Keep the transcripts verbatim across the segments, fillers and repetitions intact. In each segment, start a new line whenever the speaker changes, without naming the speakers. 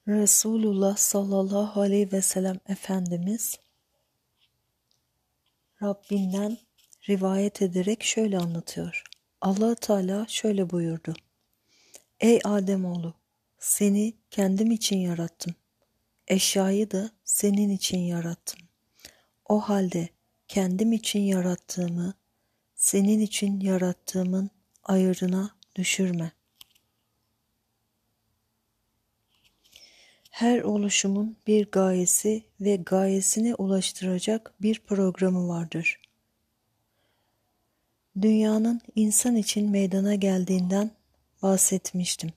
Resulullah sallallahu aleyhi ve sellem Efendimiz Rabbinden rivayet ederek şöyle anlatıyor. Allah Teala şöyle buyurdu. Ey Ademoğlu, seni kendim için yarattım. Eşyayı da senin için yarattım. O halde kendim için yarattığımı, senin için yarattığımın ayırına düşürme. Her oluşumun bir gayesi ve gayesine ulaştıracak bir programı vardır. Dünyanın insan için meydana geldiğinden bahsetmiştim.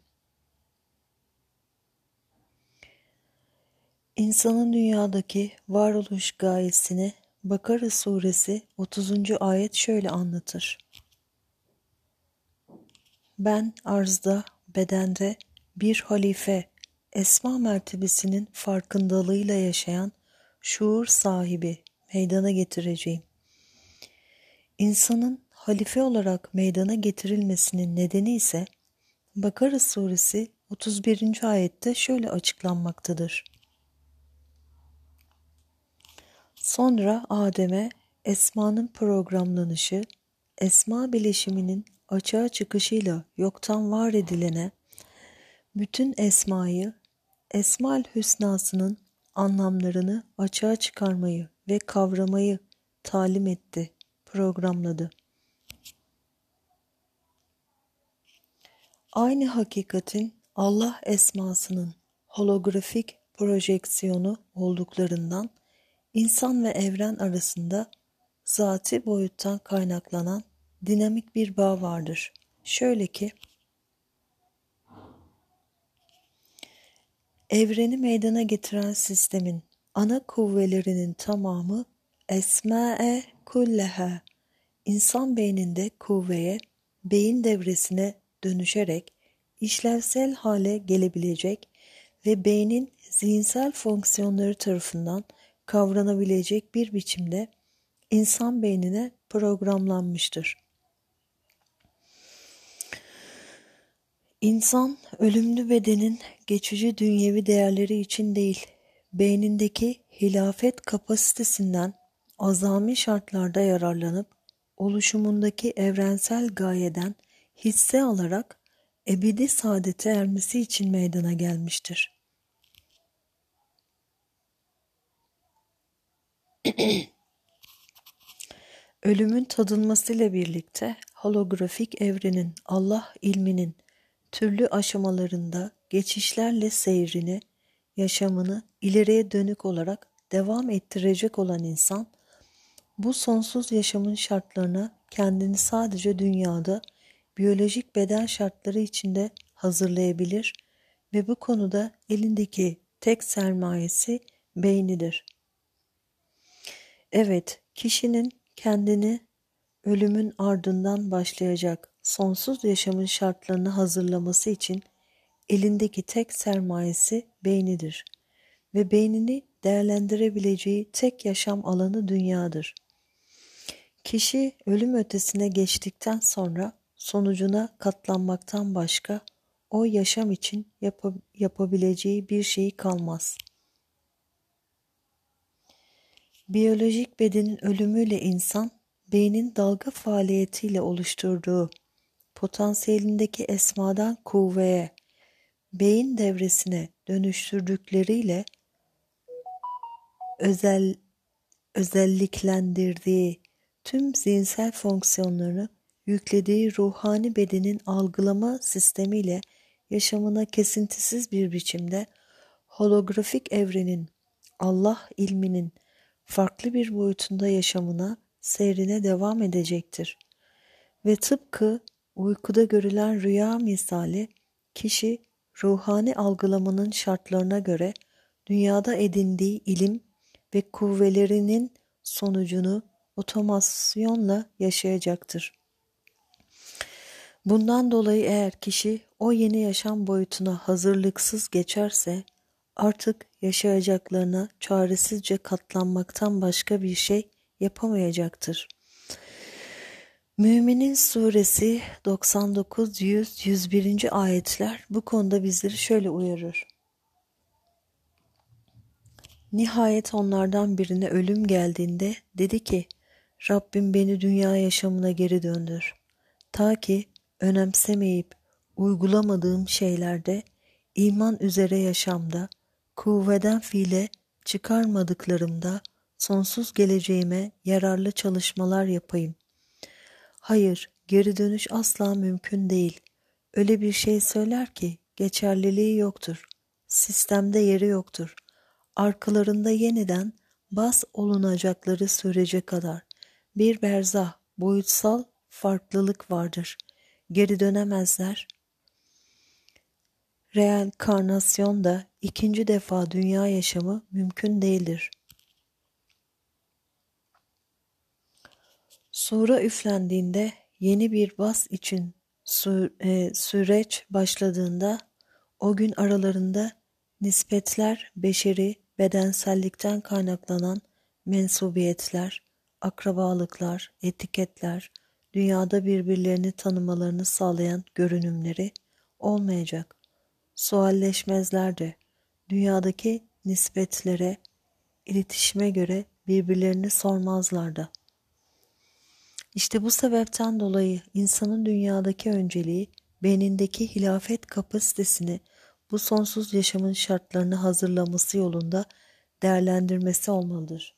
İnsanın dünyadaki varoluş gayesini Bakara suresi otuzuncu ayet şöyle anlatır. Ben arzda, bedende bir halife, esma mertebesinin farkındalığıyla yaşayan şuur sahibi meydana getireceğim. İnsanın halife olarak meydana getirilmesinin nedeni ise Bakara suresi otuz birinci ayette şöyle açıklanmaktadır. Sonra Adem'e esmanın programlanışı, esma bileşiminin açığa çıkışıyla yoktan var edilene, bütün esmayı, Esma-ül Hüsna'sının anlamlarını açığa çıkarmayı ve kavramayı talim etti, programladı. Aynı hakikatin Allah esmasının holografik projeksiyonu olduklarından insan ve evren arasında zati boyuttan kaynaklanan dinamik bir bağ vardır. Şöyle ki, evreni meydana getiren sistemin ana kuvvelerinin tamamı esma-e kulleha, insan beyninde kuvveye, beyin devresine dönüşerek işlevsel hale gelebilecek ve beynin zihinsel fonksiyonları tarafından kavranabilecek bir biçimde insan beynine programlanmıştır. İnsan, ölümlü bedenin geçici dünyevi değerleri için değil, beynindeki hilafet kapasitesinden azami şartlarda yararlanıp, oluşumundaki evrensel gayeden hisse alarak ebedi saadete ermesi için meydana gelmiştir. Ölümün tadılmasıyla birlikte holografik evrenin Allah ilminin türlü aşamalarında geçişlerle seyrini, yaşamını ileriye dönük olarak devam ettirecek olan insan, bu sonsuz yaşamın şartlarına kendini sadece dünyada biyolojik beden şartları içinde hazırlayabilir ve bu konuda elindeki tek sermayesi beynidir. Evet, kişinin kendini ölümün ardından başlayacak sonsuz yaşamın şartlarını hazırlaması için elindeki tek sermayesi beynidir ve beynini değerlendirebileceği tek yaşam alanı dünyadır. Kişi ölüm ötesine geçtikten sonra sonucuna katlanmaktan başka o yaşam için yap yapabileceği bir şey kalmaz. Biyolojik bedenin ölümüyle insan, beynin dalga faaliyetiyle oluşturduğu potansiyelindeki esmadan kuvveye, beyin devresine dönüştürdükleriyle özel, özelliklendirdiği tüm zihinsel fonksiyonlarını yüklediği ruhani bedenin algılama sistemiyle yaşamına kesintisiz bir biçimde holografik evrenin, Allah ilminin farklı bir boyutunda yaşamına, seyrine devam edecektir. Ve tıpkı uykuda görülen rüya misali, kişi ruhani algılamanın şartlarına göre dünyada edindiği ilim ve kuvvelerinin sonucunu otomasyonla yaşayacaktır. Bundan dolayı eğer kişi o yeni yaşam boyutuna hazırlıksız geçerse, artık yaşayacaklarına çaresizce katlanmaktan başka bir şey yapamayacaktır. Müminin suresi doksan dokuz, yüz, yüz birinci ayetler bu konuda bizleri şöyle uyarır. Nihayet onlardan birine ölüm geldiğinde dedi ki, Rabbim beni dünya yaşamına geri döndür. Ta ki önemsemeyip uygulamadığım şeylerde, iman üzere yaşamda, kuvveden fiile çıkarmadıklarımda, sonsuz geleceğime yararlı çalışmalar yapayım. Hayır, geri dönüş asla mümkün değil. Öyle bir şey söyler ki geçerliliği yoktur. Sistemde yeri yoktur. Arkalarında yeniden bas olunacakları sürece kadar bir berzah, boyutsal farklılık vardır. Geri dönemezler. Reenkarnasyonda ikinci defa dünya yaşamı mümkün değildir. Sura üflendiğinde yeni bir bas için sü e, süreç başladığında o gün aralarında nispetler, beşeri bedensellikten kaynaklanan mensubiyetler, akrabalıklar, etiketler, dünyada birbirlerini tanımalarını sağlayan görünümleri olmayacak. Sualleşmezler de dünyadaki nispetlere, iletişime göre birbirlerini sormazlar da. İşte bu sebepten dolayı insanın dünyadaki önceliği, beynindeki hilafet kapasitesini bu sonsuz yaşamın şartlarını hazırlaması yolunda değerlendirmesi olmalıdır.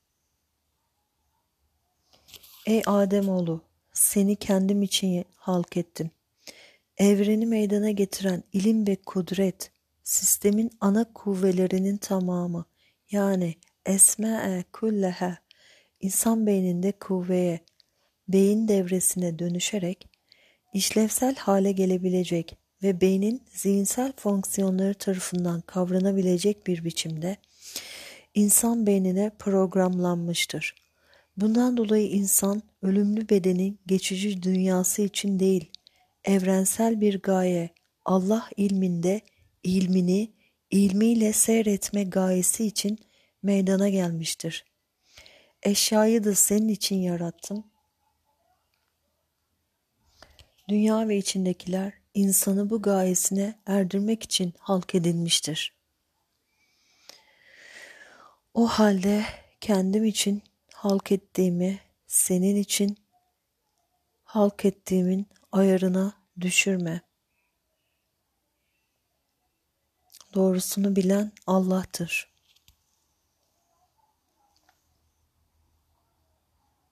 Ey Ademoğlu, seni kendim için halk ettim. Evreni meydana getiren ilim ve kudret, sistemin ana kuvvelerinin tamamı, yani esme-e küllehe, insan beyninde kuvveye, beyin devresine dönüşerek işlevsel hale gelebilecek ve beynin zihinsel fonksiyonları tarafından kavranabilecek bir biçimde insan beynine programlanmıştır. Bundan dolayı insan ölümlü bedenin geçici dünyası için değil, evrensel bir gaye, Allah ilminde ilmini ilmiyle seyretme gayesi için meydana gelmiştir. Eşyayı da senin için yarattım. Dünya ve içindekiler insanı bu gayesine erdirmek için halk edilmiştir. O halde kendim için halk ettiğimi, senin için halk ettiğimin ayarına düşürme. Doğrusunu bilen Allah'tır.